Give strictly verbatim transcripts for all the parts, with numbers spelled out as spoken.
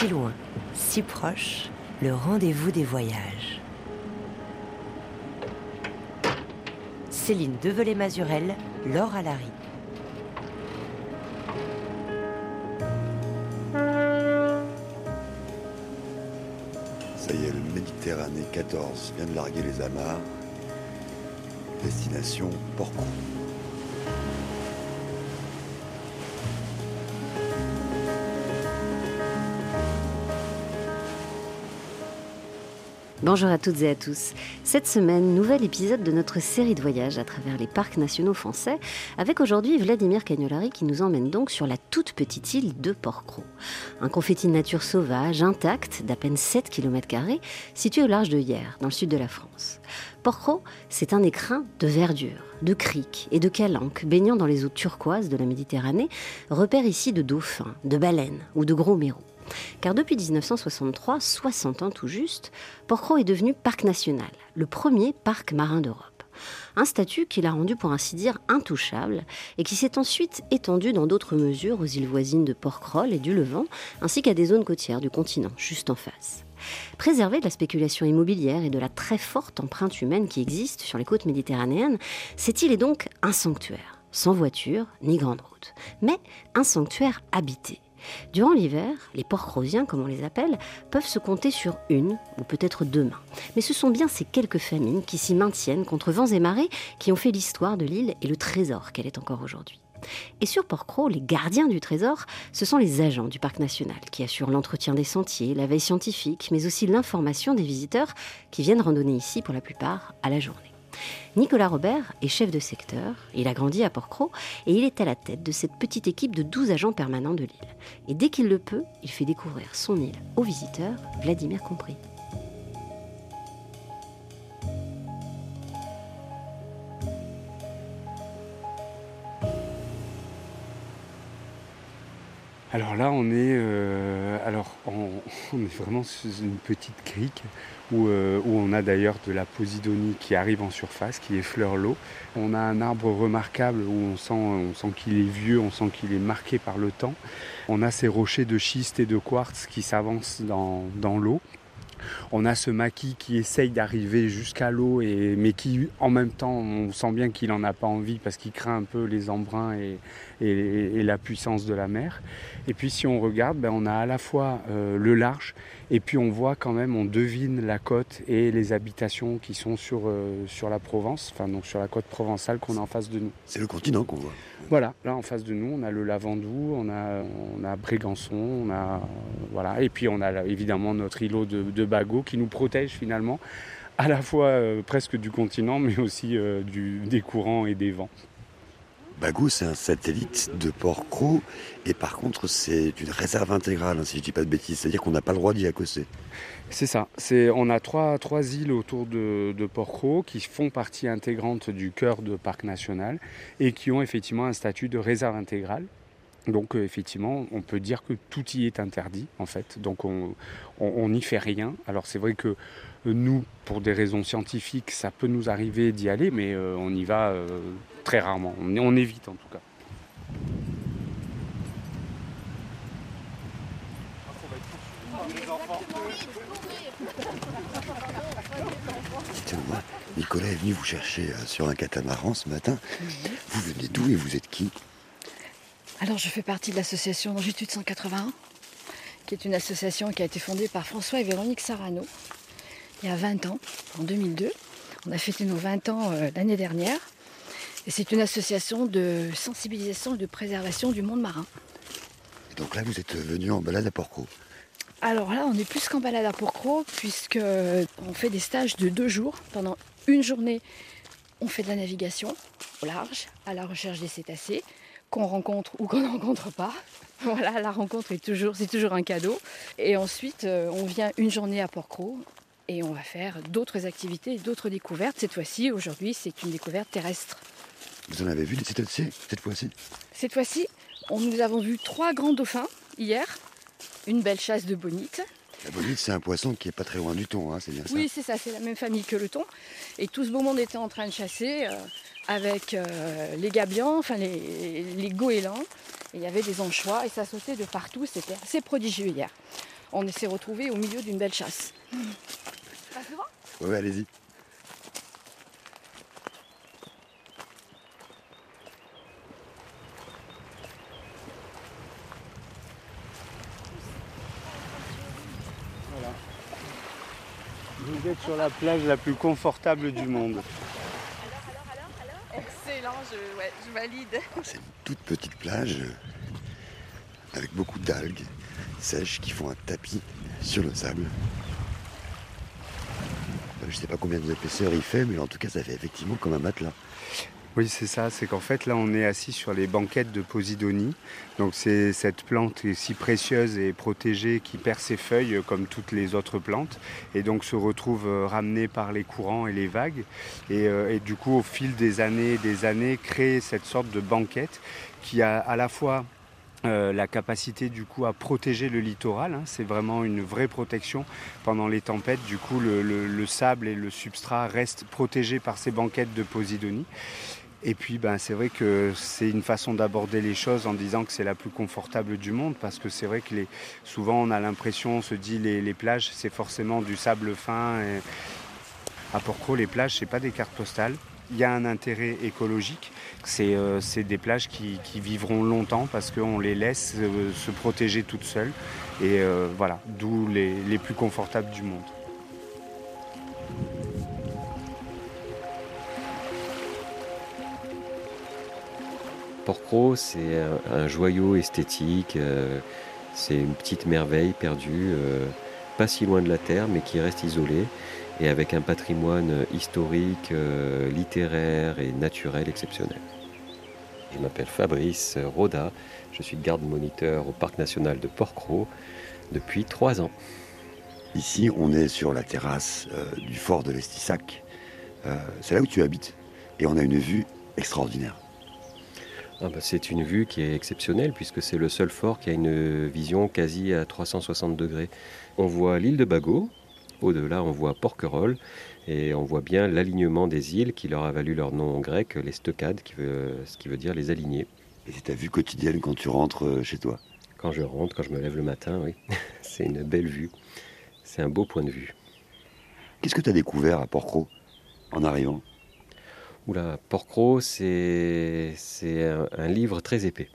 si loin, si proche, le rendez-vous des voyages. Céline Develay-Mazurel, Laure Alary. Ça y est, le Méditerranée quatorze vient de larguer les amarres. Destination Porquerolles. Bonjour à toutes et à tous. Cette semaine, nouvel épisode de notre série de voyages à travers les parcs nationaux français, avec aujourd'hui Vladimir Cagnolari qui nous emmène donc sur la toute petite île de Porquerolles. Un confetti de nature sauvage, intact, d'à peine sept kilomètres carrés, situé au large de Hyères, dans le sud de la France. Porquerolles, c'est un écrin de verdure, de criques et de calanques baignant dans les eaux turquoises de la Méditerranée, repère ici de dauphins, de baleines ou de gros mérous. Car depuis dix-neuf cent soixante-trois, soixante ans tout juste, Porquerolles est devenu parc national, le premier parc marin d'Europe. Un statut qui l'a rendu pour ainsi dire intouchable et qui s'est ensuite étendu dans d'autres mesures aux îles voisines de Porquerolles et du Levant, ainsi qu'à des zones côtières du continent, juste en face. Préservé de la spéculation immobilière et de la très forte empreinte humaine qui existe sur les côtes méditerranéennes, cette île est donc un sanctuaire, sans voiture ni grande route, mais un sanctuaire habité. Durant l'hiver, les porquerolliens, comme on les appelle, peuvent se compter sur une ou peut-être deux mains. Mais ce sont bien ces quelques familles qui s'y maintiennent contre vents et marées qui ont fait l'histoire de l'île et le trésor qu'elle est encore aujourd'hui. Et sur Porquerolles, les gardiens du trésor, ce sont les agents du parc national qui assurent l'entretien des sentiers, la veille scientifique, mais aussi l'information des visiteurs qui viennent randonner ici pour la plupart à la journée. Nicolas Robert est chef de secteur, il a grandi à Porquerolles et il est à la tête de cette petite équipe de douze agents permanents de l'île. Et dès qu'il le peut, il fait découvrir son île aux visiteurs, Vladimir compris. Alors là, on est, euh, alors, on, on est vraiment sur une petite crique où, euh, où on a d'ailleurs de la posidonie qui arrive en surface, qui effleure l'eau. On a un arbre remarquable où on sent, on sent qu'il est vieux, on sent qu'il est marqué par le temps. On a ces rochers de schiste et de quartz qui s'avancent dans, dans l'eau. On a ce maquis qui essaye d'arriver jusqu'à l'eau, et, mais qui, en même temps, on sent bien qu'il n'en a pas envie parce qu'il craint un peu les embruns et, et, et la puissance de la mer. Et puis si on regarde, ben, on a à la fois euh, le large, et puis on voit quand même, on devine la côte et les habitations qui sont sur, euh, sur la Provence, enfin donc sur la côte provençale qu'on a en face de nous. C'est le continent qu'on voit. Voilà, là en face de nous, on a le Lavandou, on a, on a Brégançon, on a, voilà, et puis on a évidemment notre îlot de, de Bagot qui nous protège finalement, à la fois euh, presque du continent, mais aussi euh, du, des courants et des vents. Bagot, c'est un satellite de Porquerolles, et par contre, c'est une réserve intégrale, hein, si je ne dis pas de bêtises. C'est-à-dire qu'on n'a pas le droit d'y accoster. C'est ça. C'est, on a trois, trois îles autour de, de Porquerolles qui font partie intégrante du cœur de parc national et qui ont effectivement un statut de réserve intégrale. Donc euh, effectivement, on peut dire que tout y est interdit en fait. Donc on n'y fait rien. Alors c'est vrai que euh, nous, pour des raisons scientifiques, ça peut nous arriver d'y aller, mais euh, on y va euh, très rarement. On, on évite en tout cas. Dites-moi, Nicolas est venu vous chercher euh, sur un catamaran ce matin. Vous venez d'où et vous êtes qui ? Alors je fais partie de l'association Longitude cent quatre-vingt-un, qui est une association qui a été fondée par François et Véronique Sarano il y a vingt ans, en deux mille deux. On a fêté nos vingt ans euh, l'année dernière. Et c'est une association de sensibilisation et de préservation du monde marin. Et donc là, vous êtes venu en balade à Porquerolles. Alors là, on est plus qu'en balade à Porquerolles, puisqu'on fait des stages de deux jours. Pendant une journée, on fait de la navigation au large, à la recherche des cétacés, qu'on rencontre ou qu'on ne rencontre pas. Voilà, la rencontre est toujours, c'est toujours un cadeau. Et ensuite, euh, on vient une journée à Porquerolles et on va faire d'autres activités, d'autres découvertes. Cette fois-ci, aujourd'hui, c'est une découverte terrestre. Vous en avez vu des cétacés cette fois-ci ? Cette fois-ci, on, nous avons vu trois grands dauphins hier, une belle chasse de bonite. La bonite, c'est un poisson qui est pas très loin du thon, hein, c'est bien ça ? Oui, c'est ça, c'est la même famille que le thon. Et tout ce beau monde était en train de chasser euh, avec euh, les gabions, enfin les, les goélands. Et il y avait des anchois et ça sautait de partout, c'était assez prodigieux hier. on s'est retrouvés au milieu d'une belle chasse. Passe devant ? Oui, allez-y. Voilà. Vous êtes sur la plage la plus confortable du monde. Excellent, je, ouais, je valide. C'est une toute petite plage avec beaucoup d'algues sèches qui font un tapis sur le sable. Je ne sais pas combien d'épaisseur il fait, mais en tout cas, ça fait effectivement comme un matelas. Oui, c'est ça. C'est qu'en fait, là, on est assis sur les banquettes de Posidonie. Donc, c'est cette plante si précieuse et protégée qui perd ses feuilles comme toutes les autres plantes et donc se retrouve ramenée par les courants et les vagues. Et, euh, et du coup, au fil des années et des années, crée cette sorte de banquette qui a à la fois Euh, la capacité du coup à protéger le littoral, hein, c'est vraiment une vraie protection pendant les tempêtes. Du coup, le, le, le sable et le substrat restent protégés par ces banquettes de Posidonie. Et puis, ben, c'est vrai que c'est une façon d'aborder les choses en disant que c'est la plus confortable du monde, parce que c'est vrai que les, souvent on a l'impression, on se dit les, les plages, c'est forcément du sable fin. Et à Porquerolles, les plages, c'est pas des cartes postales. Il y a un intérêt écologique, c'est, euh, c'est des plages qui, qui vivront longtemps parce qu'on les laisse euh, se protéger toutes seules. Et euh, voilà, d'où les, les plus confortables du monde. Porquerolles, c'est un, un joyau esthétique, euh, c'est une petite merveille perdue, euh, pas si loin de la terre, mais qui reste isolée, et avec un patrimoine historique, euh, littéraire et naturel exceptionnel. Je m'appelle Fabrice Roda, je suis garde-moniteur au Parc national de Porquerolles depuis trois ans. Ici, on est sur la terrasse euh, du fort de l'Estissac. Euh, c'est là où tu habites. Et on a une vue extraordinaire. Ah bah c'est une vue qui est exceptionnelle puisque c'est le seul fort qui a une vision quasi à trois cent soixante degrés. On voit l'île de Bagot, au-delà on voit Porquerolles et on voit bien l'alignement des îles qui leur a valu leur nom grec, les stockades, qui veut, ce qui veut dire les aligner. Et c'est ta vue quotidienne quand tu rentres chez toi? Quand je rentre, quand je me lève le matin, oui, c'est une belle vue, c'est un beau point de vue. Qu'est-ce que tu as découvert à Porquerolles en arrivant? Oula, Porquerolles, c'est, c'est un, un livre très épais.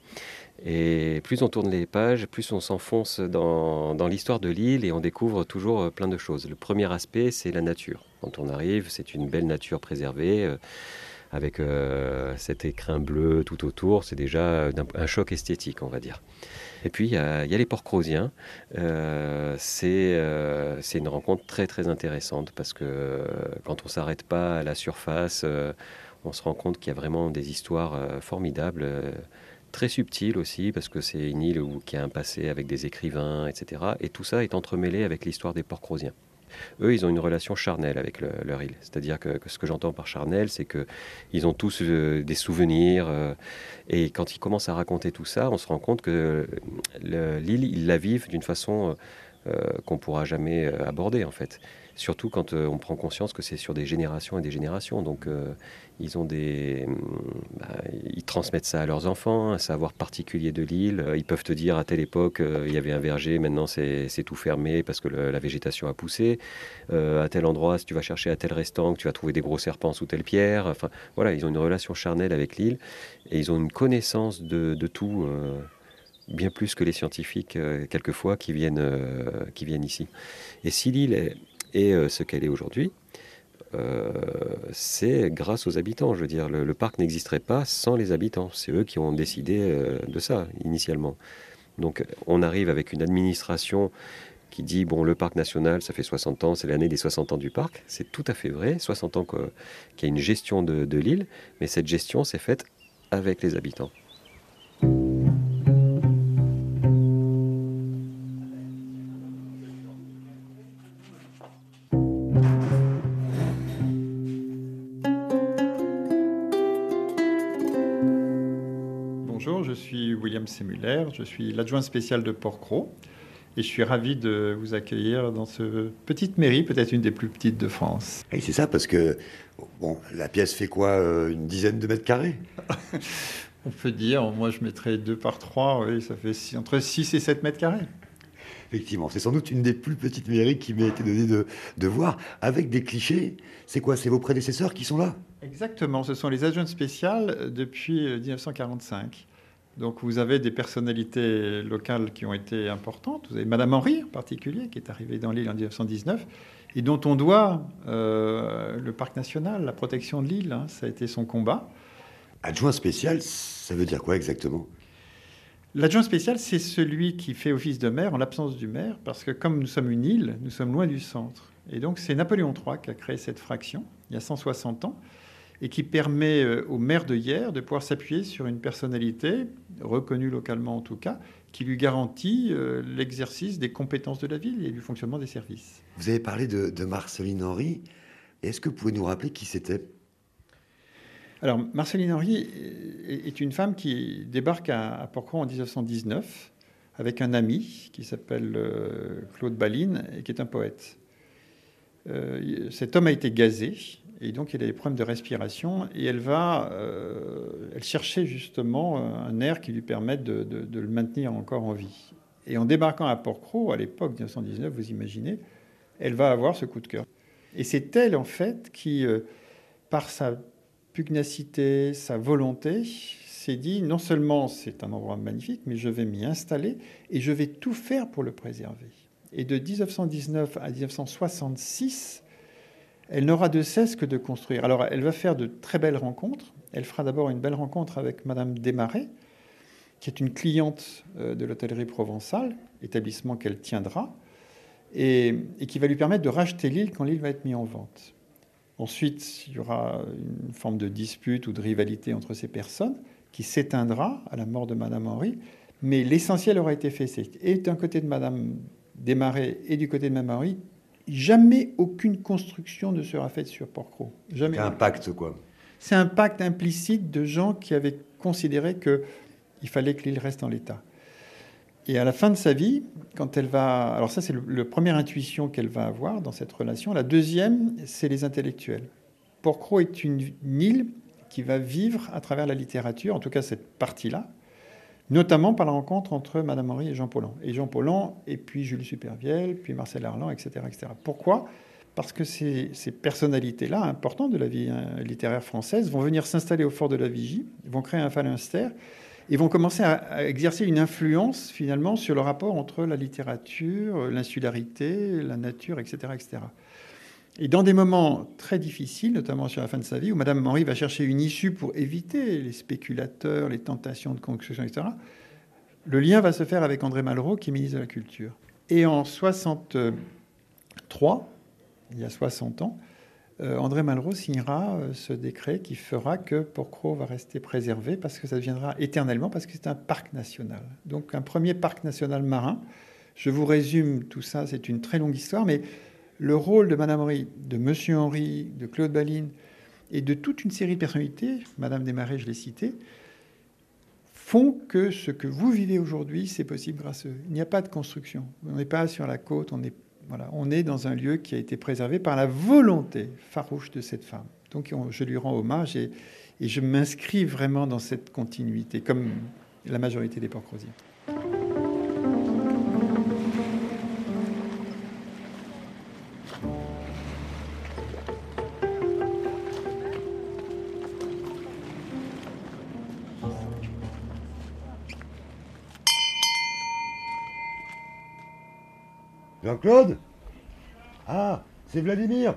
Et plus on tourne les pages, plus on s'enfonce dans, dans l'histoire de l'île et on découvre toujours plein de choses. Le premier aspect, c'est la nature. Quand on arrive, c'est une belle nature préservée, euh, avec euh, cet écrin bleu tout autour. C'est déjà un, un choc esthétique, on va dire. Et puis, il y a, il y a les Porquerolliens. Euh, c'est, euh, c'est une rencontre très, très intéressante parce que euh, quand on ne s'arrête pas à la surface, euh, on se rend compte qu'il y a vraiment des histoires euh, formidables, euh, très subtiles aussi, parce que c'est une île où, qui a un passé avec des écrivains, et cetera. Et tout ça est entremêlé avec l'histoire des Porquerolliens. Eux, ils ont une relation charnelle avec le, leur île. C'est-à-dire que, que ce que j'entends par charnel, c'est qu'ils ont tous euh, des souvenirs. Euh, et quand ils commencent à raconter tout ça, on se rend compte que le, l'île, ils la vivent d'une façon euh, qu'on ne pourra jamais aborder, en fait. Surtout quand euh, on prend conscience que c'est sur des générations et des générations. Donc, euh, ils ont des, bah, ils transmettent ça à leurs enfants, un savoir particulier de l'île. Ils peuvent te dire à telle époque, euh, il y avait un verger, maintenant c'est, c'est tout fermé parce que le, la végétation a poussé. Euh, à tel endroit, si tu vas chercher à tel restaurant, tu vas trouver des gros serpents sous telle pierre. Enfin, voilà, ils ont une relation charnelle avec l'île et ils ont une connaissance de, de tout. Euh, bien plus que les scientifiques, euh, quelquefois, qui viennent, euh, qui viennent ici. Et si l'île est, est euh, ce qu'elle est aujourd'hui, euh, c'est grâce aux habitants. Je veux dire, le, le parc n'existerait pas sans les habitants. C'est eux qui ont décidé euh, de ça, initialement. Donc, on arrive avec une administration qui dit, bon, le parc national, ça fait soixante ans, c'est l'année des soixante ans du parc. C'est tout à fait vrai, soixante ans que, qu'il y a une gestion de, de l'île, mais cette gestion s'est faite avec les habitants. Bonjour, je suis William Semuller, je suis l'adjoint spécial de Porquerolles et je suis ravi de vous accueillir dans cette petite mairie, peut-être une des plus petites de France. Et c'est ça, parce que bon, la pièce fait quoi, euh, une dizaine de mètres carrés? On peut dire, moi je mettrais deux par trois, oui, ça fait six, entre six et sept mètres carrés. Effectivement, c'est sans doute une des plus petites mairies qui m'ait été donnée de, de voir, avec des clichés. C'est quoi? C'est vos prédécesseurs qui sont là? Exactement, ce sont les adjointes spéciales depuis dix-neuf cent quarante-cinq. Donc vous avez des personnalités locales qui ont été importantes. Vous avez Madame Henry en particulier, qui est arrivée dans l'île en dix-neuf cent dix-neuf, et dont on doit euh, le parc national, la protection de l'île. Hein, ça a été son combat. Adjoint spécial, ça veut dire quoi exactement? L'adjoint spécial, c'est celui qui fait office de maire en l'absence du maire, parce que comme nous sommes une île, nous sommes loin du centre. Et donc c'est Napoléon trois qui a créé cette fraction, il y a cent soixante ans, et qui permet au maire de Hyères de pouvoir s'appuyer sur une personnalité, reconnue localement en tout cas, qui lui garantit l'exercice des compétences de la ville et du fonctionnement des services. Vous avez parlé de, de Marceline Henry. Est-ce que vous pouvez nous rappeler qui c'était? Alors, Marceline Henry est une femme qui débarque à Porquerolles en dix-neuf cent dix-neuf avec un ami qui s'appelle Claude Baline et qui est un poète. Euh, cet homme a été gazé et donc il a des problèmes de respiration et elle va euh, elle cherchait justement un air qui lui permette de, de, de le maintenir encore en vie. Et en débarquant à Porquerolles, à l'époque dix-neuf cent dix-neuf, vous imaginez, elle va avoir ce coup de cœur. Et c'est elle en fait qui, euh, par sa pugnacité, sa volonté, s'est dit non seulement c'est un endroit magnifique, mais je vais m'y installer et je vais tout faire pour le préserver. Et de dix-neuf cent dix-neuf à dix-neuf cent soixante-six, elle n'aura de cesse que de construire. Alors elle va faire de très belles rencontres. Elle fera d'abord une belle rencontre avec Madame Desmarais, qui est une cliente de l'hôtellerie provençale, établissement qu'elle tiendra, et, et qui va lui permettre de racheter l'île quand l'île va être mise en vente. Ensuite, il y aura une forme de dispute ou de rivalité entre ces personnes qui s'éteindra à la mort de Madame Henry, mais l'essentiel aura été fait. C'est, et d'un côté de Madame Desmarais et du côté de Madame Henry, jamais aucune construction ne sera faite sur Porquerolles. Jamais. C'est un pacte, quoi. C'est un pacte implicite de gens qui avaient considéré qu'il fallait que l'île reste en l'état. Et à la fin de sa vie, quand elle va... Alors ça, c'est le, le première intuition qu'elle va avoir dans cette relation. La deuxième, c'est les intellectuels. Porquerolles est une, une île qui va vivre à travers la littérature, en tout cas cette partie-là, notamment par la rencontre entre Madame Henry et Jean Paulhan. Et Jean Paulhan, et puis Jules Supervielle, puis Marcel Arlan, et cetera, et cetera. Pourquoi ? Parce que ces, ces personnalités-là, importantes de la vie hein, littéraire française, vont venir s'installer au fort de la Vigie, vont créer un phalanstère, et vont commencer à, à exercer une influence, finalement, sur le rapport entre la littérature, l'insularité, la nature, et cetera, et cetera. Et dans des moments très difficiles, notamment sur la fin de sa vie, où Madame Henry va chercher une issue pour éviter les spéculateurs, les tentations de construction, et cetera, le lien va se faire avec André Malraux, qui est ministre de la Culture. Et en soixante-trois, il y a soixante ans, euh, André Malraux signera euh, ce décret qui fera que Porquerolles va rester préservé, parce que ça deviendra éternellement, parce que c'est un parc national. Donc un premier parc national marin. Je vous résume tout ça, c'est une très longue histoire, mais le rôle de Madame Henry, de Monsieur Henry, de Claude Baline et de toute une série de personnalités, Madame Desmarais, je l'ai citée, font que ce que vous vivez aujourd'hui, c'est possible grâce à eux. Il n'y a pas de construction. On n'est pas sur la côte, on est, voilà, on est dans un lieu qui a été préservé par la volonté farouche de cette femme. Donc on, je lui rends hommage et, et je m'inscris vraiment dans cette continuité, comme la majorité des Porquerolliens. Jean-Claude ? Ah, c'est Vladimir.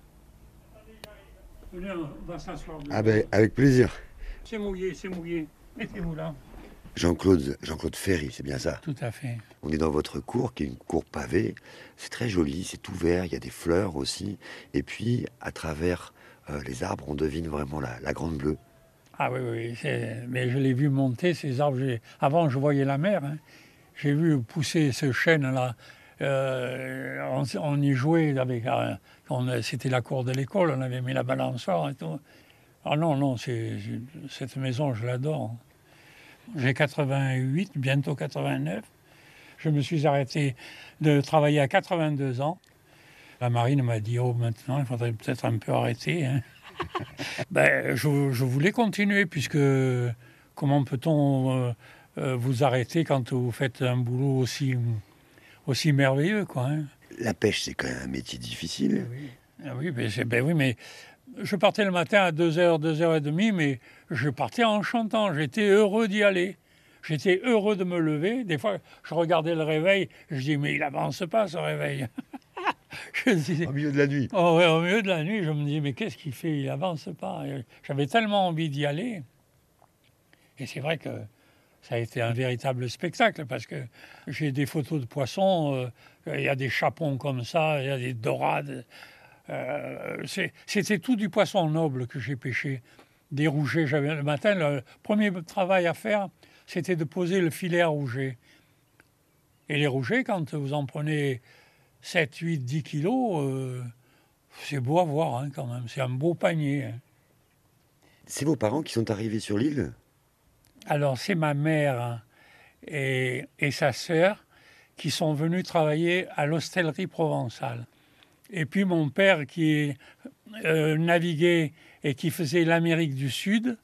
Venez, on va s'asseoir. Ah ben, avec plaisir. C'est mouillé, c'est mouillé. Mettez-vous là. Jean-Claude, Jean-Claude Ferry, c'est bien ça? Tout à fait. On est dans votre cour, qui est une cour pavée. C'est très joli, c'est ouvert, il y a des fleurs aussi. Et puis, à travers euh, les arbres, on devine vraiment la, la Grande Bleue. Ah oui, oui, c'est... mais je l'ai vu monter, ces arbres. J'ai... Avant, je voyais la mer. Hein. J'ai vu pousser ce chêne-là. Euh, on, on y jouait avec, euh, on, c'était la cour de l'école, on avait mis la balançoire et tout. Ah non, non, c'est, cette maison, je l'adore. J'ai quatre-vingt-huit, bientôt quatre-vingt-neuf. Je me suis arrêté de travailler à quatre-vingt-deux ans. La marine m'a dit, oh, maintenant, il faudrait peut-être un peu arrêter. Hein. ben, je, je voulais continuer, puisque comment peut-on euh, euh, vous arrêter quand vous faites un boulot aussi... aussi merveilleux, quoi. Hein. La pêche, c'est quand même un métier difficile. Oui, ah oui, mais c'est, ben oui, mais je partais le matin à deux heures, deux heures trente, mais je partais en chantant. J'étais heureux d'y aller. J'étais heureux de me lever. Des fois, je regardais le réveil. Je dis, mais il avance pas, ce réveil. Je disais, Au milieu de la nuit. Oh, ouais, au milieu de la nuit, je me dis, mais qu'est-ce qu'il fait? Il avance pas. Et j'avais tellement envie d'y aller. Et c'est vrai que ça a été un véritable spectacle parce que j'ai des photos de poissons. Euh, il y a des chapons comme ça, il y a des dorades. Euh, c'est, c'était tout du poisson noble que j'ai pêché. Des rougets. J'avais, le matin, le premier travail à faire, c'était de poser le filet à rouget. Et les rougets, quand vous en prenez sept, huit, dix kilos, euh, c'est beau à voir hein, quand même. C'est un beau panier. Hein. C'est vos parents qui sont arrivés sur l'île? Alors, c'est ma mère hein, et, et sa sœur qui sont venus travailler à l'hostellerie provençale. Et puis mon père qui euh, naviguait et qui faisait l'Amérique du Sud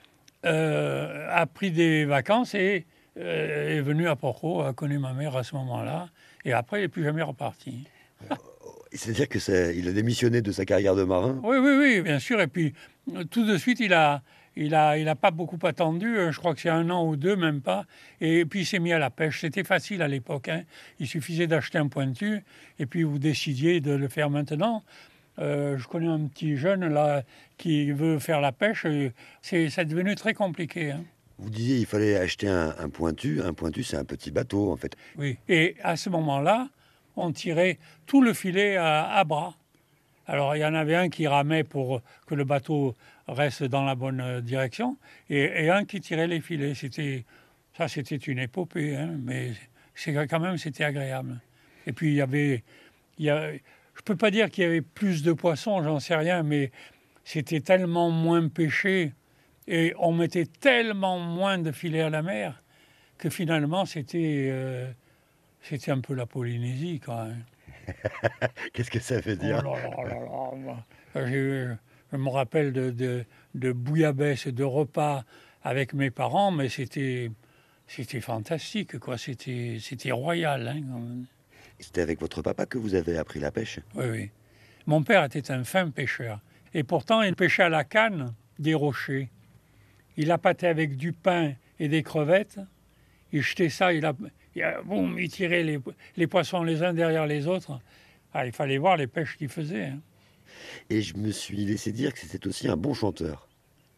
euh, a pris des vacances et euh, est venu à Port-Cros, a connu ma mère à ce moment-là. Et après, il n'est plus jamais reparti. C'est-à-dire que ça, il a démissionné de sa carrière de marin? Oui, oui, oui, bien sûr. Et puis, tout de suite, il a, il a, il a pas beaucoup attendu. Je crois que c'est un an ou deux, même pas. Et puis, il s'est mis à la pêche. C'était facile à l'époque. Hein. Il suffisait d'acheter un pointu et puis vous décidiez de le faire maintenant. Euh, je connais un petit jeune là qui veut faire la pêche. C'est, c'est devenu très compliqué. Hein. Vous disiez il fallait acheter un, un pointu. Un pointu, c'est un petit bateau, en fait. Oui. Et à ce moment-là, on tirait tout le filet à, à bras. Alors, il y en avait un qui ramait pour que le bateau reste dans la bonne direction et, et un qui tirait les filets. C'était, ça, c'était une épopée, hein, mais c'est, quand même, c'était agréable. Et puis, il y avait... Il y a, je ne peux pas dire qu'il y avait plus de poissons, j'en sais rien, mais c'était tellement moins pêché et on mettait tellement moins de filets à la mer que finalement, c'était... Euh, C'était un peu la Polynésie, quand même. Qu'est-ce que ça veut dire? Oh là là là là. Je, je me rappelle de, de, de bouillabaisse, de repas avec mes parents, mais c'était, c'était fantastique, quoi. C'était, c'était royal. Hein, quand même. C'était avec votre papa que vous avez appris la pêche? Oui, oui. Mon père était un fin pêcheur. Et pourtant, il pêchait à la canne des rochers. Il appâtait avec du pain et des crevettes. Il jetait ça, il a... Boum, il tirait les, les poissons les uns derrière les autres. Ah, il fallait voir les pêches qu'il faisait. Hein. Et je me suis laissé dire que c'était aussi un bon chanteur.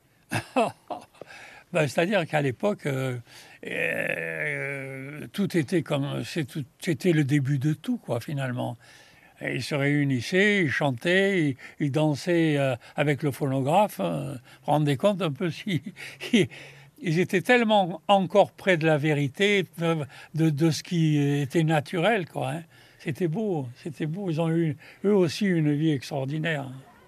ben, c'est-à-dire qu'à l'époque, euh, euh, tout était comme... C'est tout, c'était le début de tout, quoi, finalement. Et ils se réunissaient, ils chantaient, ils, ils dansaient euh, avec le phonographe. Euh, vous vous rendez compte un peu si... Ils étaient tellement encore près de la vérité, de, de ce qui était naturel, quoi. Hein. C'était beau, c'était beau. Ils ont eu, eux aussi, une vie extraordinaire.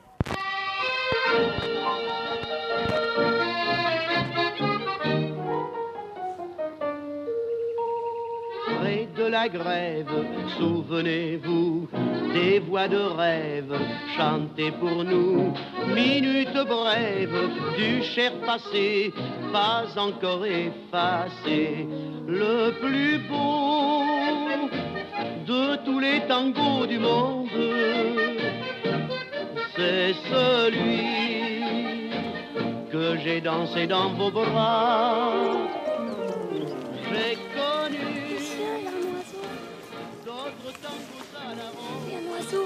Près de la grève, souvenez-vous des voix de rêve chantées pour nous. Minute brève du cher passé, pas encore effacé. Le plus beau de tous les tangos du monde, c'est celui que j'ai dansé dans vos bras. J'ai connu d'autres tangos à la ronde. Il y a un oiseau.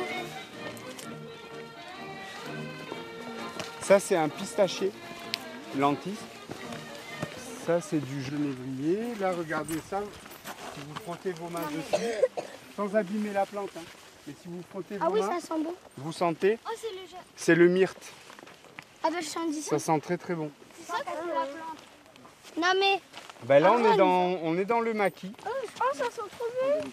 Ça, c'est un pistachier, lentisque. Ça, c'est du genévrier. Là, regardez ça. Si vous frottez vos mains dessus, sans abîmer la plante, hein. Mais si vous frottez vos Ah oui, mains, ça sent bon. vous sentez, Oh, c'est le jet. c'est le myrte. Ah bah je sens d'ici. Ça sent très très bon. C'est ça que c'est la plante. Non mais... Ben là, on Ah, est dans, on est dans le maquis. Oh, oh ça sent trop bon.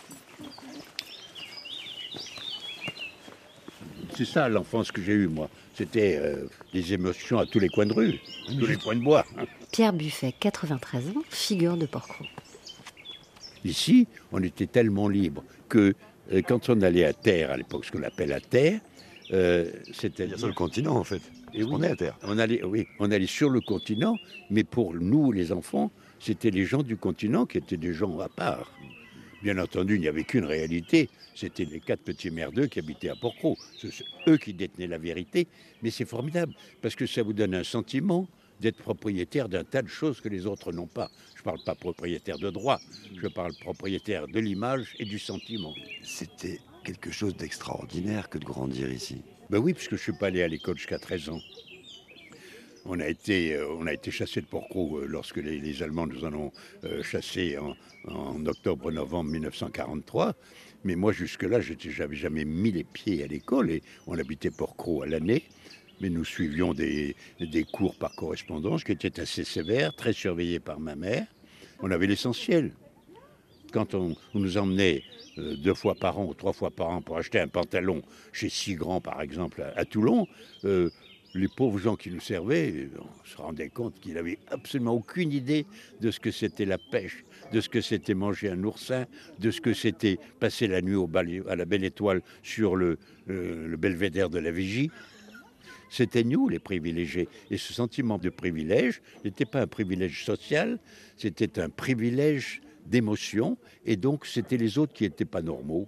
C'est ça l'enfance que j'ai eue, moi. C'était euh, des émotions à tous les coins de rue, à tous les coins de bois. Pierre Buffet, quatre-vingt-treize ans, figure de Port-Cros. Ici, on était tellement libre que euh, quand on allait à terre, à l'époque, ce qu'on appelle la terre, euh, c'était sur le continent, en fait. Et oui, on est à terre. On allait, oui, on allait sur le continent, mais pour nous, les enfants, c'était les gens du continent qui étaient des gens à part. Bien entendu, il n'y avait qu'une réalité, c'était les quatre petits merdeux qui habitaient à Porquerolles. Ce sont eux qui détenaient la vérité, mais c'est formidable, parce que ça vous donne un sentiment d'être propriétaire d'un tas de choses que les autres n'ont pas. Je ne parle pas propriétaire de droit, je parle propriétaire de l'image et du sentiment. C'était quelque chose d'extraordinaire que de grandir ici. Ben oui, puisque je ne suis pas allé à l'école jusqu'à treize ans. On a été, euh, on a été chassés de Porquerolles euh, lorsque les, les Allemands nous en ont euh, chassés en, en octobre-novembre mille neuf cent quarante-trois. Mais moi, jusque-là, je n'avais jamais mis les pieds à l'école et on habitait Porquerolles à l'année. Mais nous suivions des, des cours par correspondance qui étaient assez sévères, très surveillés par ma mère. On avait l'essentiel. Quand on, on nous emmenait euh, deux fois par an ou trois fois par an pour acheter un pantalon chez Sigrand, par exemple, à, à Toulon, euh, les pauvres gens qui nous servaient, on se rendait compte qu'ils n'avaient absolument aucune idée de ce que c'était la pêche, de ce que c'était manger un oursin, de ce que c'était passer la nuit au bal, à la Belle Étoile sur le, le, le belvédère de la Vigie. C'était nous, les privilégiés. Et ce sentiment de privilège n'était pas un privilège social, c'était un privilège d'émotion. Et donc, c'était les autres qui n'étaient pas normaux.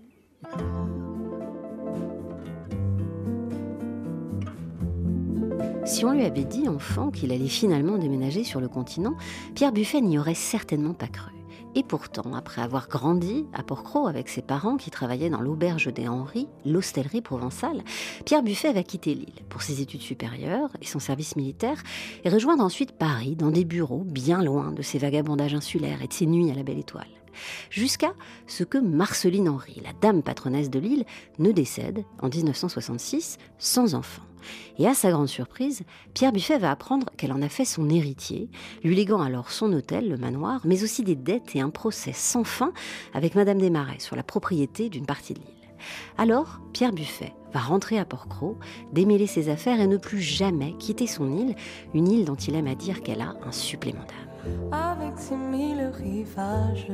Si on lui avait dit, enfant, qu'il allait finalement déménager sur le continent, Pierre Buffet n'y aurait certainement pas cru. Et pourtant, après avoir grandi à Porquerolles avec ses parents qui travaillaient dans l'auberge des Henri, l'hostellerie provençale, Pierre Buffet va quitter l'île pour ses études supérieures et son service militaire et rejoindre ensuite Paris dans des bureaux bien loin de ses vagabondages insulaires et de ses nuits à la Belle Étoile. Jusqu'à ce que Marceline Henry, la dame patronnesse de l'île, ne décède en dix-neuf cent soixante-six sans enfant. Et à sa grande surprise, Pierre Buffet va apprendre qu'elle en a fait son héritier, lui léguant alors son hôtel, le manoir, mais aussi des dettes et un procès sans fin avec Madame Desmarais sur la propriété d'une partie de l'île. Alors, Pierre Buffet va rentrer à Porquerolles, démêler ses affaires et ne plus jamais quitter son île, une île dont il aime à dire qu'elle a un supplément d'âme. Avec ses mille rivages,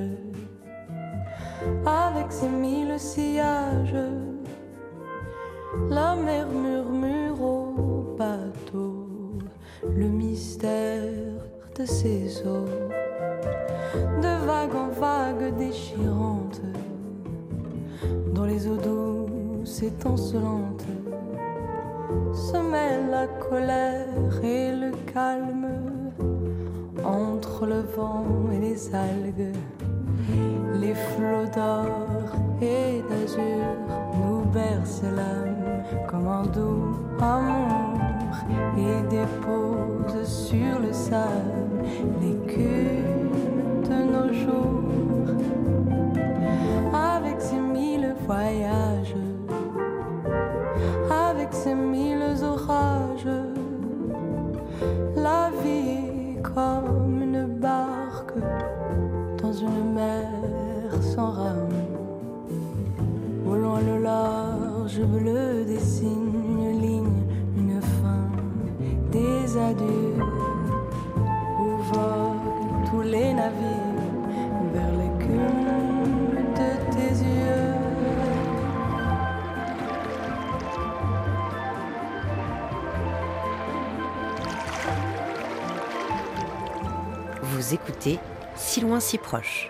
avec ses mille sillages, la mer murmure au bateau le mystère de ses eaux, de vague en vague déchirante, dans les eaux douces étincelantes se mêlent la colère et le calme. Entre le vent et les algues, les flots d'or et d'azur nous bercent l'âme comme un doux amour et déposent sur le sable l'écume de nos jours. Avec ses mille voyages, avec ses mille orages, la vie comme une barque dans une mer sans rame. Au loin le large bleu dessine une ligne, une fin, des adieux où voguent tous les navires vers l'écume de tes yeux. Vous écoutez Si loin, si proche.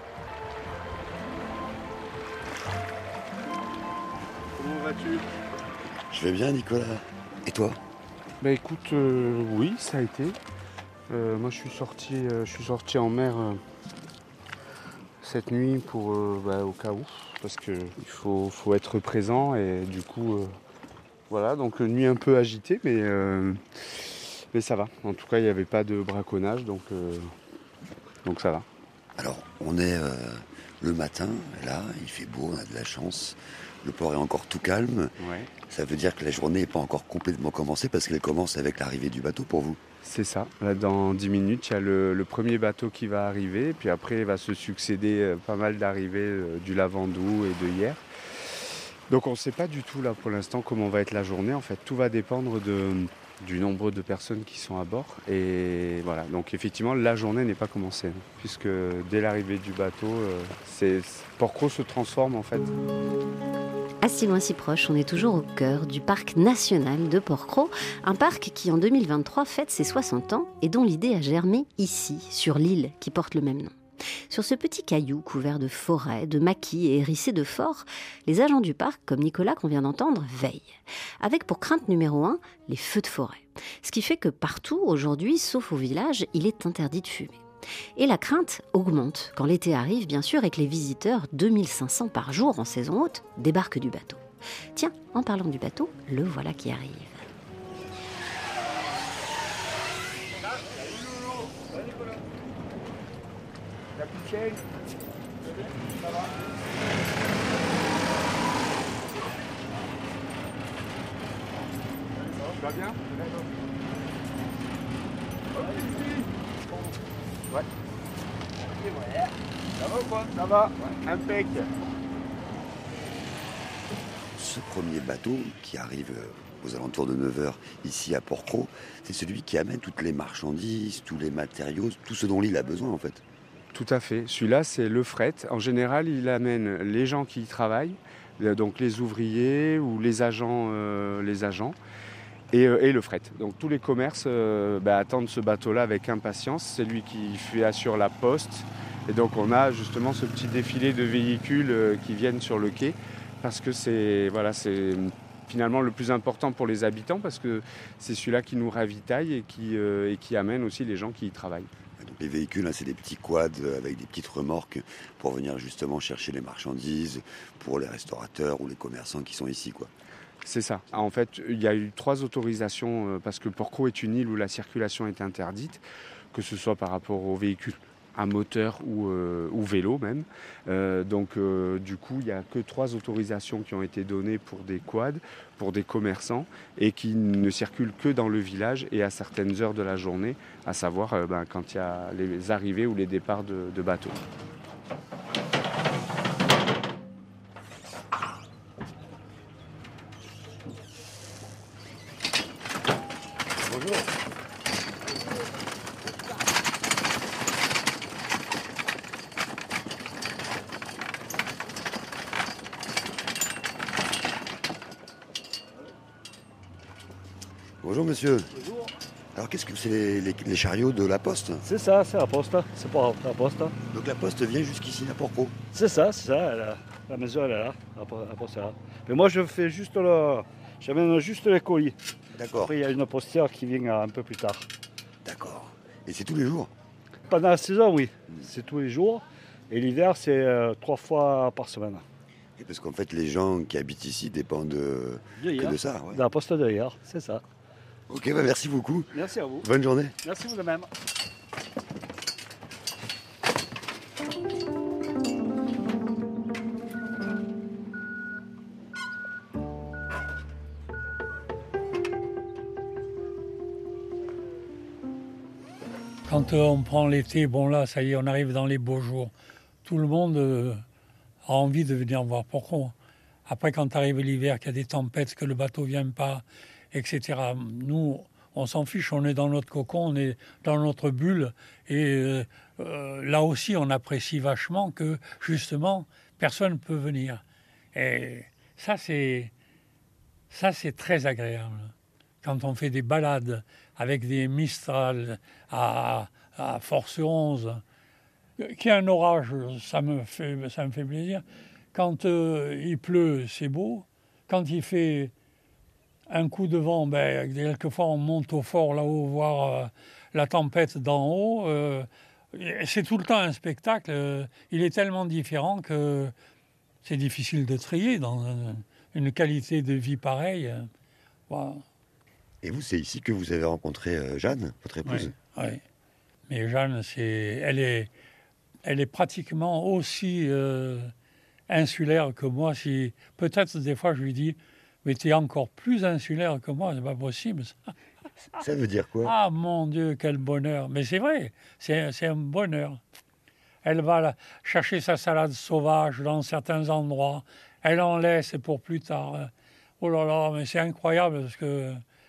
Comment vas-tu ? Je vais bien, Nicolas. Et toi ? Bah écoute, euh, oui, ça a été. Euh, moi, je suis sorti, euh, je suis sorti en mer euh, cette nuit pour, euh, bah, au cas où, parce que il faut, faut être présent et du coup, euh, voilà. Donc une nuit un peu agitée, mais euh, mais ça va. En tout cas, il n'y avait pas de braconnage, donc euh, donc ça va. Alors, on est euh, le matin, là, il fait beau, on a de la chance. Le port est encore tout calme. Ouais. Ça veut dire que la journée n'est pas encore complètement commencée parce qu'elle commence avec l'arrivée du bateau pour vous. C'est ça. Là, dans dix minutes, il y a le, le premier bateau qui va arriver. Puis après, il va se succéder euh, pas mal d'arrivées euh, du Lavandou et de hier. Donc on ne sait pas du tout là pour l'instant comment va être la journée. En fait, tout va dépendre de, du nombre de personnes qui sont à bord. Et voilà. Donc effectivement, la journée n'est pas commencée. Puisque dès l'arrivée du bateau, euh, c'est, Porquerolles se transforme en fait. À Si loin, si proche, on est toujours au cœur du parc national de Porquerolles, un parc qui en deux mille vingt-trois fête ses soixante ans et dont l'idée a germé ici, sur l'île qui porte le même nom. Sur ce petit caillou couvert de forêts, de maquis et hérissé de forts, les agents du parc, comme Nicolas qu'on vient d'entendre, veillent. Avec pour crainte numéro un, les feux de forêt. Ce qui fait que partout, aujourd'hui, sauf au village, il est interdit de fumer. Et la crainte augmente quand l'été arrive, bien sûr, et que les visiteurs, deux mille cinq cents par jour en saison haute, débarquent du bateau. Tiens, en parlant du bateau, le voilà qui arrive. La petite chaîne. Ça va? Ça va bien? Ouais. Ça va ou quoi? Ça va, ouais. Impec. Ce premier bateau qui arrive aux alentours de neuf heures ici à Port-Cros, c'est celui qui amène toutes les marchandises, tous les matériaux, tout ce dont l'île a besoin en fait. Tout à fait. Celui-là, c'est le fret. En général, il amène les gens qui y travaillent, donc les ouvriers ou les agents, euh, les agents et, euh, et le fret. Donc tous les commerces euh, bah, attendent ce bateau-là avec impatience. C'est lui qui fait, assure la poste. Et donc on a justement ce petit défilé de véhicules euh, qui viennent sur le quai parce que c'est, voilà, c'est finalement le plus important pour les habitants parce que c'est celui-là qui nous ravitaille et qui, euh, et qui amène aussi les gens qui y travaillent. Donc les véhicules, hein, c'est des petits quads avec des petites remorques pour venir justement chercher les marchandises pour les restaurateurs ou les commerçants qui sont ici, quoi. C'est ça. En fait, il y a eu trois autorisations euh, parce que Port-Cros est une île où la circulation est interdite, que ce soit par rapport aux véhicules à moteur ou, euh, ou vélo même. Euh, donc euh, du coup, il n'y a que trois autorisations qui ont été données pour des quads, pour des commerçants, et qui ne circulent que dans le village et à certaines heures de la journée, à savoir euh, ben, quand il y a les arrivées ou les départs de, de bateaux. Bonjour. Bonjour monsieur. Bonjour. Alors qu'est-ce que c'est les, les- les chariots de la Poste? C'est ça, c'est la poste. C'est pas la poste. Donc la Poste vient jusqu'ici à Port-Cros. C'est ça, c'est ça. elle a- la maison, elle est là. La po- la poste est là. Mais moi, je fais juste le. J'amène juste les colis. D'accord. Après, il y a une postière qui vient un peu plus tard. D'accord. Et c'est tous les jours? Pendant la saison, oui. C'est tous les jours. Et l'hiver, c'est euh, trois fois par semaine. Et parce qu'en fait, les gens qui habitent ici dépendent de, De que hier. de ça. Ouais. De la poste de hier, c'est ça. Ok, bah merci beaucoup. Merci à vous. Bonne journée. Merci vous de même. Quand euh, on prend l'été, bon là, ça y est, on arrive dans les beaux jours. Tout le monde euh, a envie de venir voir Port-Cros. Après, quand arrive l'hiver, qu'il y a des tempêtes, que le bateau ne vient pas, et cetera. Nous, on s'en fiche, on est dans notre cocon, on est dans notre bulle. Et euh, euh, là aussi, on apprécie vachement que, justement, personne ne peut venir. Et ça, c'est, ça, c'est très agréable. Quand on fait des balades avec des Mistral à, à force onze, qu'il y a un orage, ça me fait, ça me fait plaisir. Quand euh, il pleut, c'est beau. Quand il fait un coup de vent, ben, quelquefois on monte au fort là-haut voir euh, la tempête d'en haut. Euh, c'est tout le temps un spectacle. Euh, il est tellement différent que c'est difficile de trier dans un, une qualité de vie pareille. Voilà. Et vous, c'est ici que vous avez rencontré euh, Jeanne, votre épouse? Oui, oui. Mais Jeanne, c'est, elle, est, elle est pratiquement aussi euh, insulaire que moi. Si, peut-être des fois je lui dis, mais tu es encore plus insulaire que moi, c'est pas possible. Ça, ça veut dire quoi? Ah mon Dieu, quel bonheur. Mais c'est vrai, c'est, c'est un bonheur. Elle va la, chercher sa salade sauvage dans certains endroits. Elle en laisse pour plus tard. Oh là là, mais c'est incroyable parce que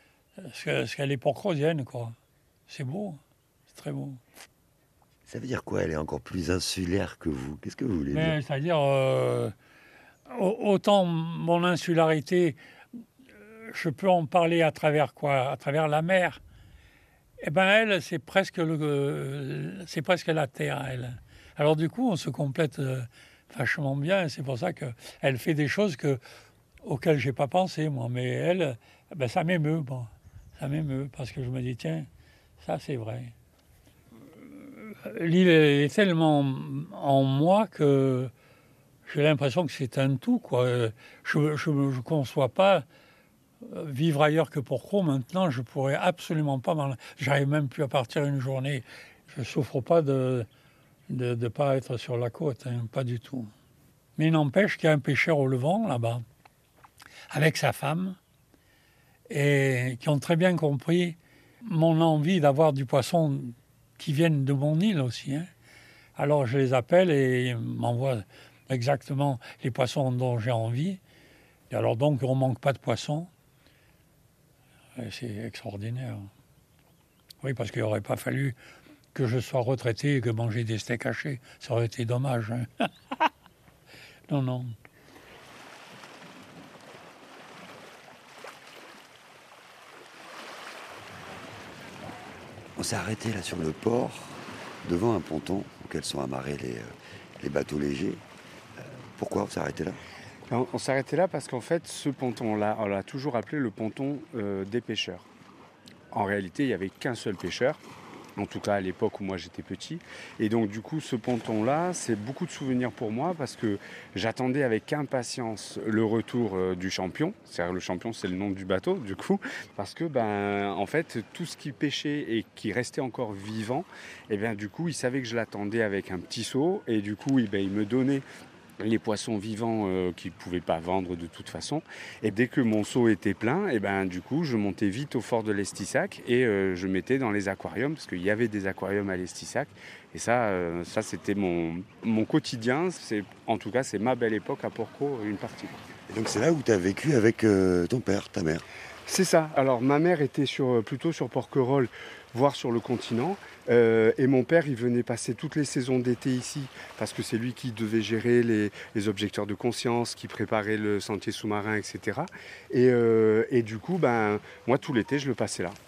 ce qu'elle est porcrosienne, quoi. C'est beau, c'est très beau. Ça veut dire quoi? Elle est encore plus insulaire que vous. Qu'est-ce que vous voulez Mais, dire? c'est-à-dire, euh, autant mon insularité, je peux en parler à travers quoi? À travers la mer. Eh ben elle, c'est presque, le, c'est presque la terre, elle. Alors du coup, on se complète euh, vachement bien. Et c'est pour ça qu'elle fait des choses que, auxquelles je n'ai pas pensé, moi. Mais elle, ben, ça m'émeut, bon. Ça m'émeut, parce que je me dis, tiens, ça c'est vrai. L'île est tellement en moi que j'ai l'impression que c'est un tout, quoi. Je ne conçois pas vivre ailleurs que Porquerolles. Maintenant, je pourrais absolument pas. J'arrive même plus à partir une journée. Je souffre pas de de ne pas être sur la côte, hein, pas du tout. Mais il n'empêche qu'il y a un pêcheur au Levant, là-bas, avec sa femme, et qui ont très bien compris mon envie d'avoir du poisson qui vienne de mon île aussi. Hein. Alors je les appelle et ils m'envoient exactement les poissons dont j'ai envie. Et alors donc on ne manque pas de poissons. Et c'est extraordinaire. Oui, parce qu'il n'aurait pas fallu que je sois retraité et que manger des steaks hachés. Ça aurait été dommage. Hein. non, non. On s'est arrêté là sur le port, devant un ponton auquel sont amarrés les, les bateaux légers. Pourquoi on s'est arrêté là ? On, on s'est arrêté là parce qu'en fait, ce ponton-là, on l'a toujours appelé le ponton euh, des pêcheurs. En réalité, il n'y avait qu'un seul pêcheur, en tout cas à l'époque où moi j'étais petit. Et donc du coup, ce ponton-là, c'est beaucoup de souvenirs pour moi parce que j'attendais avec impatience le retour euh, du champion. C'est-à-dire le champion, c'est le nom du bateau, du coup. Parce que, ben, en fait, tout ce qui pêchait et qui restait encore vivant, et bien du coup, il savait que je l'attendais avec un petit seau. Et du coup, il, ben, il me donnait les poissons vivants euh, qu'ils ne pouvaient pas vendre de toute façon. Et dès que mon seau était plein, et ben, du coup, je montais vite au fort de l'Estissac et euh, je mettais dans les aquariums, parce qu'il y avait des aquariums à l'Estissac. Et ça, euh, ça c'était mon, mon quotidien. C'est, en tout cas, c'est ma belle époque à Porquerolles, une partie. Et donc c'est là où tu as vécu avec euh, ton père, ta mère ? C'est ça. Alors ma mère était sur, plutôt sur Porquerolles, voire sur le continent. Euh, et mon père, il venait passer toutes les saisons d'été ici, parce que c'est lui qui devait gérer les, les objecteurs de conscience, qui préparait le sentier sous-marin, et cetera. Et, euh, et du coup, ben, moi, tout l'été, je le passais là.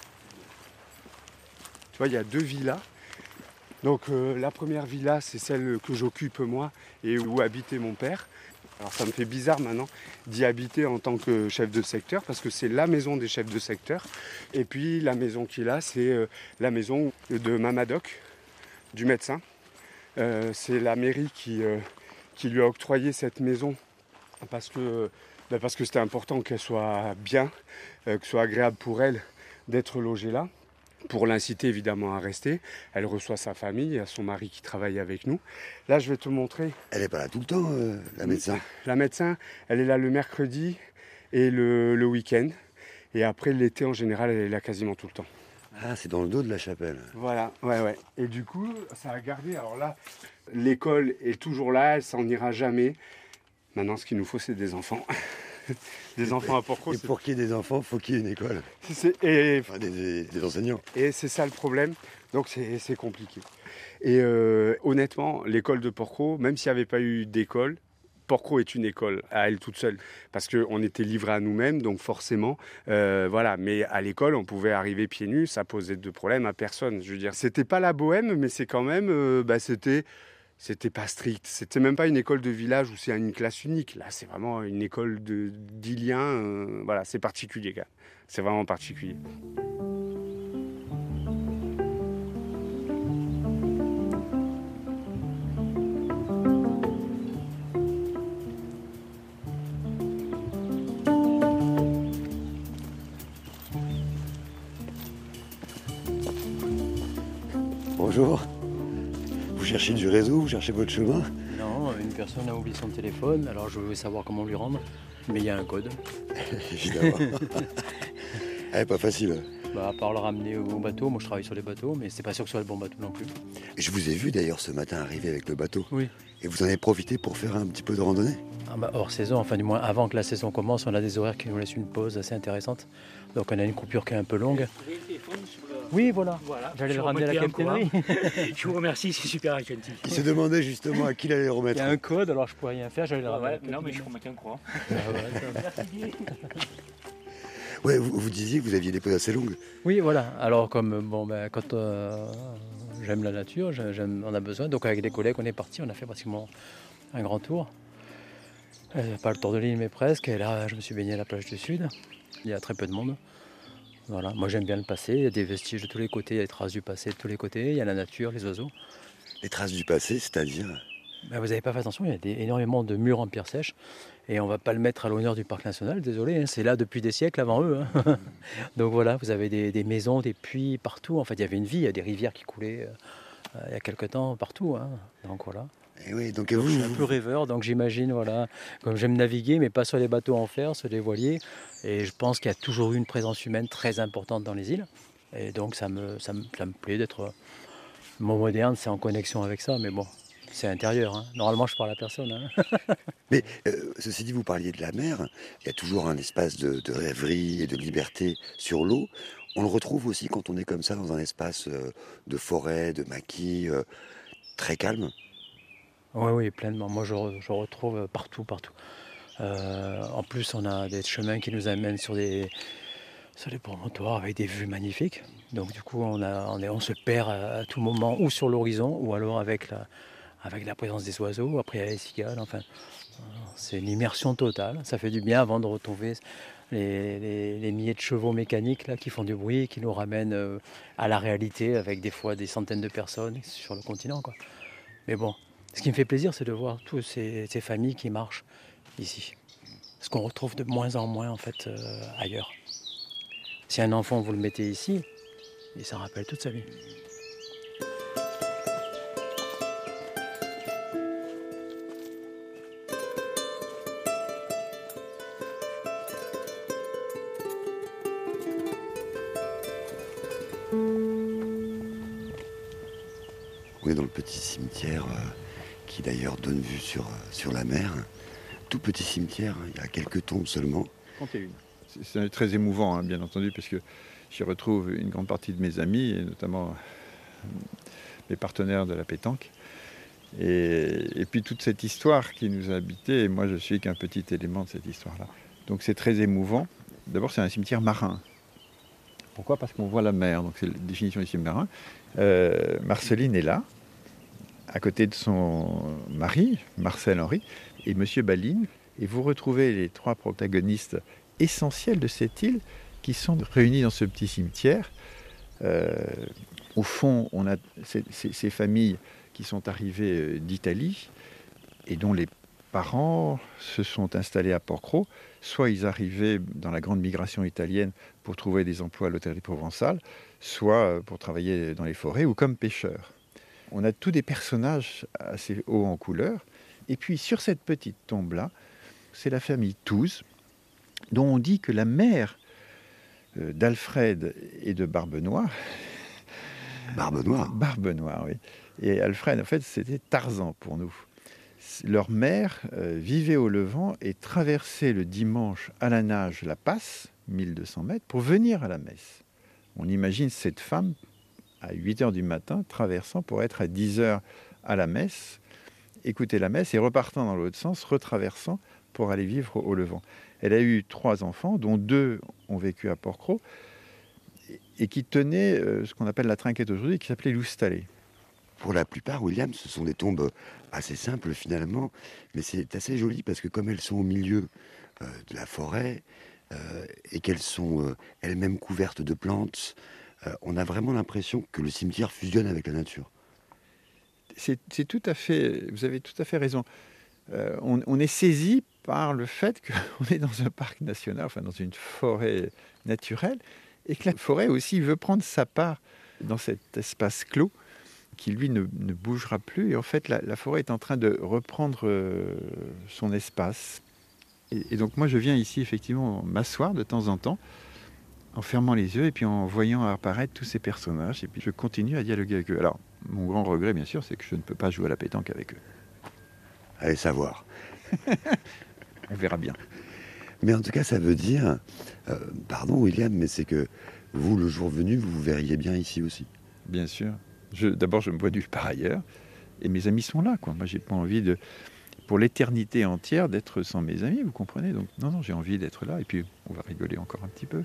Tu vois, il y a deux villas. Donc euh, la première villa, c'est celle que j'occupe moi et où habitait mon père. Alors ça me fait bizarre maintenant d'y habiter en tant que chef de secteur parce que c'est la maison des chefs de secteur. Et puis la maison qui est là, c'est euh, la maison de Mamadoc, du médecin. Euh, c'est la mairie qui, euh, qui lui a octroyé cette maison parce que, ben parce que c'était important qu'elle soit bien, euh, que ce soit agréable pour elle d'être logée là. Pour l'inciter évidemment à rester. Elle reçoit sa famille, il y a son mari qui travaille avec nous. Là, je vais te montrer. Elle n'est pas là tout le temps, euh, la médecin. La médecin, elle est là le mercredi et le, le week-end. Et après, l'été, en général, elle est là quasiment tout le temps. Ah, c'est dans le dos de la chapelle. Voilà, ouais, ouais. Et du coup, ça a gardé. Alors là, l'école est toujours là, elle s'en ira jamais. Maintenant, ce qu'il nous faut, c'est des enfants. Des enfants à Porquerolles. Et pour qu'il y ait des enfants, il faut qu'il y ait une école. C'est, et, enfin, des, des, des enseignants. Et c'est ça le problème. Donc c'est, c'est compliqué. Et euh, honnêtement, l'école de Porquerolles, même s'il n'y avait pas eu d'école, Porquerolles est une école à elle toute seule. Parce qu'on était livrés à nous-mêmes, donc forcément, euh, voilà. Mais à l'école, on pouvait arriver pieds nus, ça posait de problème à personne. Je veux dire, c'était pas la bohème, mais c'est quand même, euh, bah, c'était... C'était pas strict, c'était même pas une école de village où c'est une classe unique. Là, c'est vraiment une école de, d'Iliens. Euh, voilà, c'est particulier, quand même. C'est vraiment particulier. Bonjour. Vous cherchez du réseau, vous cherchez votre chemin ? Non, une personne a oublié son téléphone, alors je voulais savoir comment lui rendre, mais il y a un code. Évidemment. Elle n'est pas facile. Bah, à part le ramener au bateau, moi je travaille sur les bateaux, mais c'est pas sûr que ce soit le bon bateau non plus. Je vous ai vu d'ailleurs ce matin arriver avec le bateau. Oui. Et vous en avez profité pour faire un petit peu de randonnée ? Ah bah, hors saison, enfin du moins avant que la saison commence, on a des horaires qui nous laissent une pause assez intéressante. Donc on a une coupure qui est un peu longue. Oui, voilà. voilà. J'allais le ramener à la capitainerie. Je vous remercie, c'est super gentil. Il se demandait justement à qui il allait le remettre. Il y a un code, alors je pourrais rien faire, j'allais le ramener. Ouais, non, mais je promets qu'un croix. Ouais, vous, vous disiez que vous aviez des pauses assez longues. Oui, voilà. Alors comme bon, ben, quand euh, j'aime la nature, j'aime, on a besoin. Donc avec des collègues, on est parti, on a fait pratiquement un grand tour. Euh, pas le tour de l'île, mais presque. Et là, je me suis baigné à la plage du Sud. Il y a très peu de monde. Voilà. Moi, j'aime bien le passé. Il y a des vestiges de tous les côtés, il y a des traces du passé de tous les côtés. Il y a la nature, les oiseaux. Les traces du passé, c'est-à-dire? Ben, vous n'avez pas fait attention, il y a des, énormément de murs en pierre sèche. Et on ne va pas le mettre à l'honneur du parc national, désolé. Hein, c'est là depuis des siècles avant eux. Hein. Donc voilà, vous avez des, des maisons, des puits partout. En fait, il y avait une vie, il y a des rivières qui coulaient euh, il y a quelque temps partout. Hein. Donc voilà. Et oui, donc, donc vous, je suis un peu rêveur, donc j'imagine, voilà, comme j'aime naviguer, mais pas sur les bateaux en fer, sur les voiliers. Et je pense qu'il y a toujours eu une présence humaine très importante dans les îles. Et donc ça me, ça me, ça me plaît d'être... Le mot moderne, c'est en connexion avec ça, mais bon, c'est intérieur. Hein. Normalement, je parle à personne. Hein. Mais euh, ceci dit, vous parliez de la mer. Il y a toujours un espace de, de rêverie et de liberté sur l'eau. On le retrouve aussi quand on est comme ça dans un espace euh, de forêt, de maquis, euh, très calme. Oui, oui, pleinement. Moi, je, je retrouve partout, partout. Euh, en plus, on a des chemins qui nous amènent sur des, sur des promontoires avec des vues magnifiques. Donc, du coup, on, a, on, est, on se perd à, à tout moment, ou sur l'horizon, ou alors avec la, avec la présence des oiseaux. Après, il y a les cigales. Enfin, c'est une immersion totale. Ça fait du bien avant de retrouver les, les, les milliers de chevaux mécaniques là, qui font du bruit et qui nous ramènent euh, à la réalité avec des fois des centaines de personnes sur le continent, quoi. Mais bon. Ce qui me fait plaisir, c'est de voir toutes ces, ces familles qui marchent ici. Ce qu'on retrouve de moins en moins en fait euh, ailleurs. Si un enfant, vous le mettez ici, il s'en rappelle toute sa vie. On est dans le petit cimetière... Euh... qui d'ailleurs donne vue sur, sur la mer. Tout petit cimetière, hein, il y a quelques tombes seulement. trente et un. C'est très émouvant, hein, bien entendu, parce que j'y retrouve une grande partie de mes amis, et notamment mes partenaires de la pétanque. Et, et puis toute cette histoire qui nous a habités, et moi je suis qu'un petit élément de cette histoire-là. Donc c'est très émouvant. D'abord, c'est un cimetière marin. Pourquoi ? Parce qu'on voit la mer, donc c'est la définition du cimetière marin. Euh, Marceline est là, à côté de son mari, Marcel Henry, et Monsieur Baline. Et vous retrouvez les trois protagonistes essentiels de cette île qui sont réunis dans ce petit cimetière. Euh, au fond, on a ces, ces, ces familles qui sont arrivées d'Italie et dont les parents se sont installés à Porquerolles. Soit ils arrivaient dans la grande migration italienne pour trouver des emplois à l'hôtellerie provençale, soit pour travailler dans les forêts ou comme pêcheurs. On a tous des personnages assez hauts en couleur. Et puis sur cette petite tombe-là, c'est la famille Touze, dont on dit que la mère d'Alfred et de Barbenoire... Barbenoire Barbenoire, oui. Et Alfred, en fait, c'était Tarzan pour nous. Leur mère euh, vivait au Levant et traversait le dimanche à la nage la Passe, mille deux cents mètres, pour venir à la messe. On imagine cette femme à huit heures du matin, traversant pour être à dix heures à la messe, écouter la messe et repartant dans l'autre sens, retraversant pour aller vivre au Levant. Elle a eu trois enfants, dont deux ont vécu à Porquerolles, et qui tenaient euh, ce qu'on appelle la trinquette aujourd'hui, qui s'appelait l'Oustalé. Pour la plupart, William, ce sont des tombes assez simples finalement, mais c'est assez joli parce que comme elles sont au milieu euh, de la forêt euh, et qu'elles sont euh, elles-mêmes couvertes de plantes, euh, on a vraiment l'impression que le cimetière fusionne avec la nature. C'est, c'est tout à fait, vous avez tout à fait raison. Euh, on, on est saisi par le fait qu'on est dans un parc national, enfin dans une forêt naturelle, et que la forêt aussi veut prendre sa part dans cet espace clos qui, lui, ne, ne bougera plus. Et en fait, la, la forêt est en train de reprendre euh, son espace. Et, et donc, moi, je viens ici, effectivement, m'asseoir de temps en temps, en fermant les yeux et puis en voyant apparaître tous ces personnages. Et puis, je continue à dialoguer avec eux. Alors, mon grand regret, bien sûr, c'est que je ne peux pas jouer à la pétanque avec eux. Allez savoir. On verra bien. Mais en tout cas, ça veut dire... Euh, pardon, William, mais c'est que vous, le jour venu, vous vous verriez bien ici aussi. Bien sûr. Je, d'abord, je me vois nulle part ailleurs. Et mes amis sont là, quoi. Moi, j'ai pas envie de... pour l'éternité entière, d'être sans mes amis, vous comprenez ? Donc, non, non, j'ai envie d'être là. Et puis, on va rigoler encore un petit peu.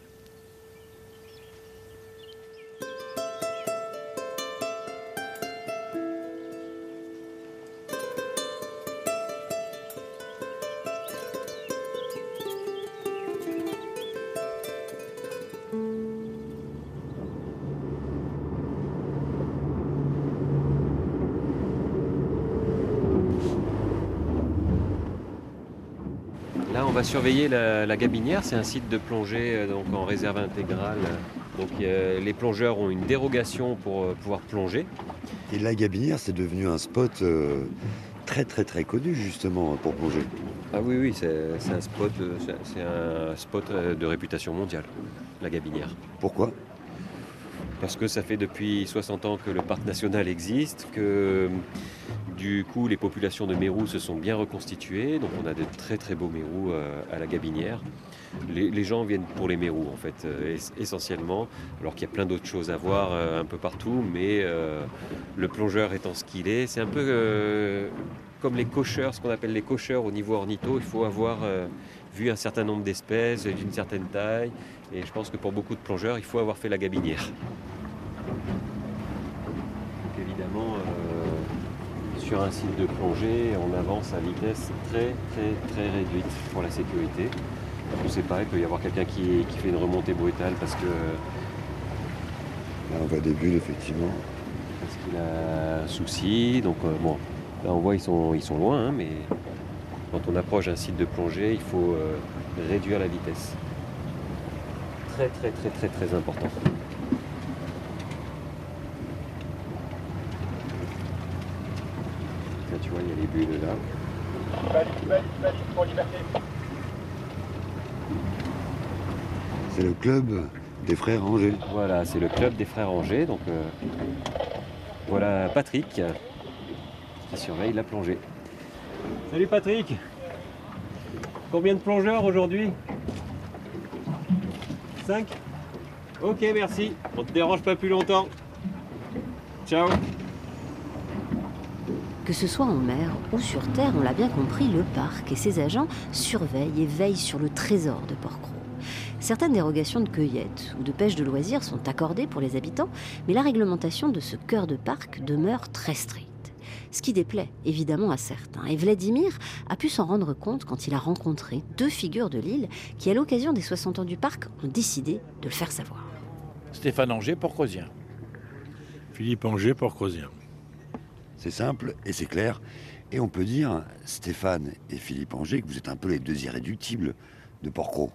on va surveiller la, la Gabinière. C'est un site de plongée euh, donc en réserve intégrale. Donc euh, les plongeurs ont une dérogation pour euh, pouvoir plonger. Et la Gabinière, c'est devenu un spot euh, très très très connu justement pour plonger. Ah oui, oui, c'est, c'est un spot, euh, c'est, c'est un spot euh, de réputation mondiale, la Gabinière. Pourquoi ? Parce que ça fait depuis soixante ans que le parc national existe, que du coup les populations de mérous se sont bien reconstituées, donc on a de très très beaux mérous euh, à la Gabinière. Les, les gens viennent pour les mérous en fait, euh, essentiellement, alors qu'il y a plein d'autres choses à voir euh, un peu partout, mais euh, le plongeur étant ce qu'il est, c'est un peu euh, comme les cocheurs, ce qu'on appelle les cocheurs au niveau ornitho, il faut avoir euh, vu un certain nombre d'espèces d'une certaine taille, et je pense que pour beaucoup de plongeurs, il faut avoir fait la Gabinière. Donc évidemment, euh, sur un site de plongée, on avance à vitesse très très très réduite pour la sécurité. On ne sait pas, il peut y avoir quelqu'un qui, qui fait une remontée brutale parce que... Là on voit des bulles effectivement. Parce qu'il a un souci, donc euh, bon, là on voit ils sont, ils sont loin, hein, mais quand on approche d'un site de plongée, il faut euh, réduire la vitesse. Très très très très très important. Là tu vois, il y a les bulles là. C'est le club des frères Angers. Voilà, c'est le club des frères Angers. Donc euh, voilà Patrick qui surveille la plongée. Salut Patrick. Combien de plongeurs aujourd'hui ? cinq ? Ok, merci. On te dérange pas plus longtemps. Ciao. Que ce soit en mer ou sur terre, on l'a bien compris, le parc et ses agents surveillent et veillent sur le trésor de Porquerolles. Certaines dérogations de cueillette ou de pêche de loisirs sont accordées pour les habitants, mais la réglementation de ce cœur de parc demeure très stricte. Ce qui déplaît évidemment à certains. Et Vladimir a pu s'en rendre compte quand il a rencontré deux figures de l'île qui, à l'occasion des soixante ans du parc, ont décidé de le faire savoir. Stéphane Angers, Porcrosien. Philippe Angers, Porcrosien. C'est simple et c'est clair. Et on peut dire, Stéphane et Philippe Angers, que vous êtes un peu les deux irréductibles de Porquerolles.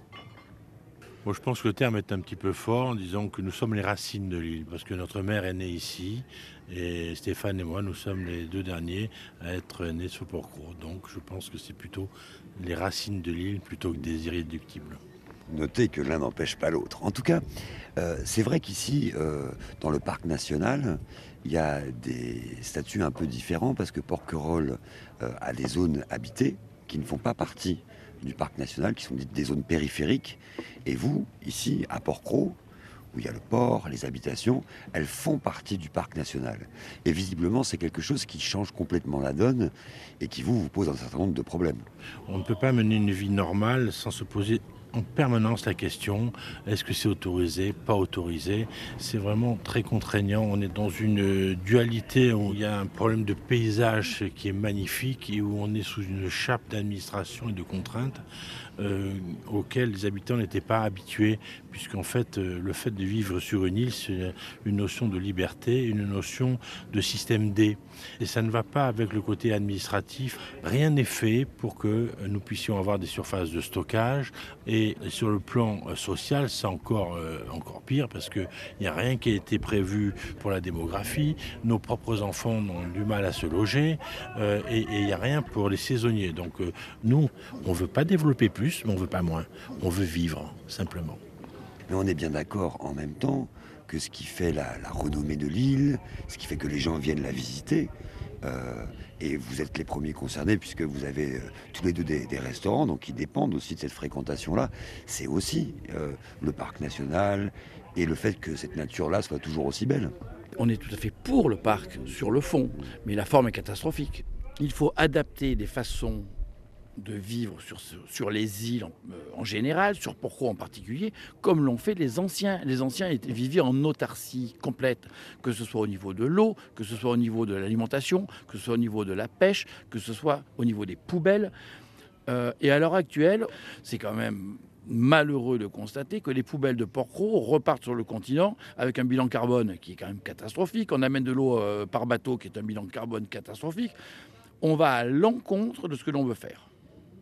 Moi, je pense que le terme est un petit peu fort en disant que nous sommes les racines de l'île, parce que notre mère est née ici, et Stéphane et moi, nous sommes les deux derniers à être nés sur Porquerolles. Donc, je pense que c'est plutôt les racines de l'île plutôt que des irréductibles. Notez que l'un n'empêche pas l'autre. En tout cas, euh, c'est vrai qu'ici, euh, dans le parc national, il y a des statuts un peu différents, parce que Porquerolles euh, a des zones habitées qui ne font pas partie du parc national, qui sont dites des zones périphériques. Et vous, ici, à Porquerolles, où il y a le port, les habitations, elles font partie du parc national. Et visiblement, c'est quelque chose qui change complètement la donne et qui, vous, vous pose un certain nombre de problèmes. On ne peut pas mener une vie normale sans se poser en permanence la question, est-ce que c'est autorisé, pas autorisé ? C'est vraiment très contraignant. On est dans une dualité où il y a un problème de paysage qui est magnifique et où on est sous une chape d'administration et de contraintes euh, auxquelles les habitants n'étaient pas habitués, puisqu'en fait, euh, le fait de vivre sur une île, c'est une notion de liberté, une notion de système D. Et ça ne va pas avec le côté administratif. Rien n'est fait pour que nous puissions avoir des surfaces de stockage. Et sur le plan social, c'est encore, euh, encore pire, parce qu'il n'y a rien qui a été prévu pour la démographie. Nos propres enfants ont du mal à se loger, euh, et il n'y a rien pour les saisonniers. Donc euh, nous, on ne veut pas développer plus, mais on ne veut pas moins. On veut vivre, simplement. Mais on est bien d'accord en même temps que ce qui fait la, la renommée de l'île, ce qui fait que les gens viennent la visiter, euh, et vous êtes les premiers concernés puisque vous avez euh, tous les deux des, des restaurants, donc qui dépendent aussi de cette fréquentation-là, c'est aussi euh, le parc national et le fait que cette nature-là soit toujours aussi belle. On est tout à fait pour le parc sur le fond, mais la forme est catastrophique. Il faut adapter des façons de vivre sur, sur les îles en, en général, sur Porquerolles en particulier, comme l'ont fait les anciens. Les anciens étaient, vivaient en autarcie complète, que ce soit au niveau de l'eau, que ce soit au niveau de l'alimentation, que ce soit au niveau de la pêche, que ce soit au niveau des poubelles. Euh, et à l'heure actuelle, c'est quand même malheureux de constater que les poubelles de Porquerolles repartent sur le continent avec un bilan carbone qui est quand même catastrophique. On amène de l'eau euh, par bateau qui est un bilan carbone catastrophique. On va à l'encontre de ce que l'on veut faire.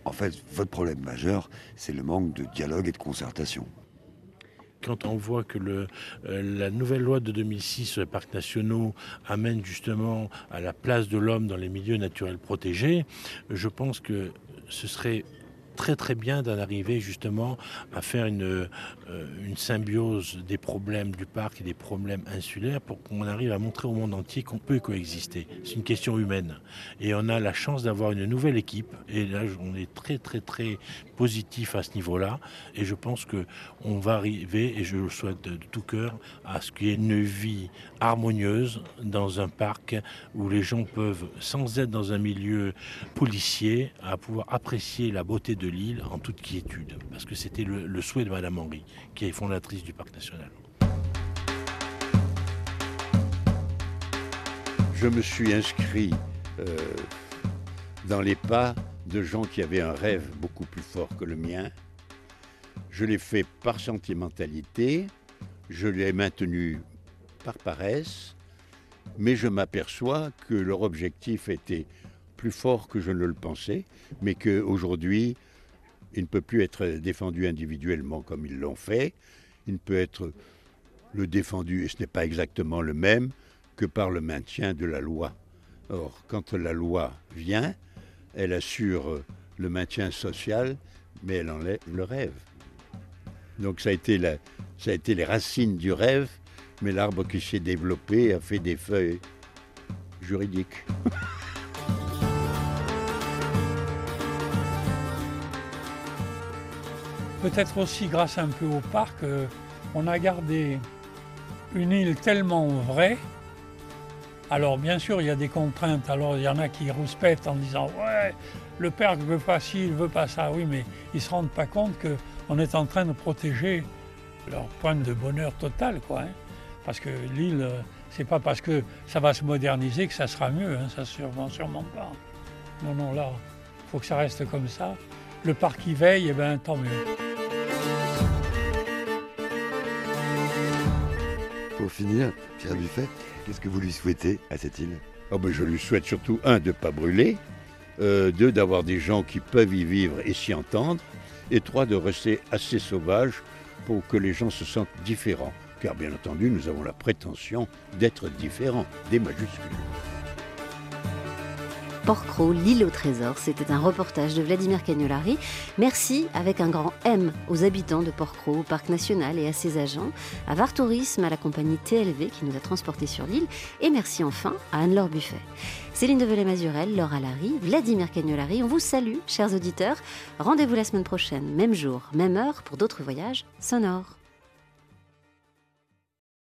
En fait, votre problème majeur, c'est le manque de dialogue et de concertation. Quand on voit que le, euh, la nouvelle loi de deux mille six sur les parcs nationaux amène justement à la place de l'homme dans les milieux naturels protégés, je pense que ce serait très très bien d'en arriver justement à faire une, euh, une symbiose des problèmes du parc et des problèmes insulaires pour qu'on arrive à montrer au monde entier qu'on peut coexister. C'est une question humaine. Et on a la chance d'avoir une nouvelle équipe. Et là, on est très très très positif à ce niveau-là. Et je pense qu'on va arriver, et je le souhaite de, de tout cœur, à ce qu'il y ait une vie harmonieuse dans un parc où les gens peuvent, sans être dans un milieu policier, à pouvoir apprécier la beauté de l'île en toute quiétude, parce que c'était le, le souhait de Madame Henry, qui est fondatrice du parc national. Je me suis inscrit euh, dans les pas de gens qui avaient un rêve beaucoup plus fort que le mien. Je l'ai fait par sentimentalité, je l'ai maintenu par paresse, mais je m'aperçois que leur objectif était plus fort que je ne le pensais, mais qu'aujourd'hui, il ne peut plus être défendu individuellement comme ils l'ont fait. Il ne peut être le défendu, et ce n'est pas exactement le même, que par le maintien de la loi. Or, quand la loi vient, elle assure le maintien social, mais elle enlève le rêve. Donc ça a été, la, ça a été les racines du rêve, mais l'arbre qui s'est développé a fait des feuilles juridiques. Peut-être aussi grâce un peu au parc, euh, on a gardé une île tellement vraie. Alors bien sûr, il y a des contraintes. Alors il y en a qui rouspètent en disant « Ouais, le parc veut pas ci, il veut pas ça. » Oui, mais ils ne se rendent pas compte qu'on est en train de protéger leur point de bonheur total, quoi. Hein. Parce que l'île, c'est pas parce que ça va se moderniser que ça sera mieux. Hein. Ça sûrement, sûrement pas. Non, non, là, il faut que ça reste comme ça. Le parc y veille, et bien tant mieux. Pour finir, Pierre Buffet, qu'est-ce que vous lui souhaitez à cette île ? Oh ben je lui souhaite surtout, un, de ne pas brûler, euh, deux, d'avoir des gens qui peuvent y vivre et s'y entendre, et trois, de rester assez sauvage pour que les gens se sentent différents. Car bien entendu, nous avons la prétention d'être différents, des majuscules. Porquerolles, l'île au trésor, c'était un reportage de Vladimir Cagnolari. Merci avec un grand M aux habitants de Porquerolles, au parc national et à ses agents, à Var Tourisme, à la compagnie T L V qui nous a transportés sur l'île, et merci enfin à Anne-Laure Buffet. Céline Develay-Mazurel, Laura Larry, Vladimir Cagnolari, on vous salue, chers auditeurs. Rendez-vous la semaine prochaine, même jour, même heure, pour d'autres voyages sonores.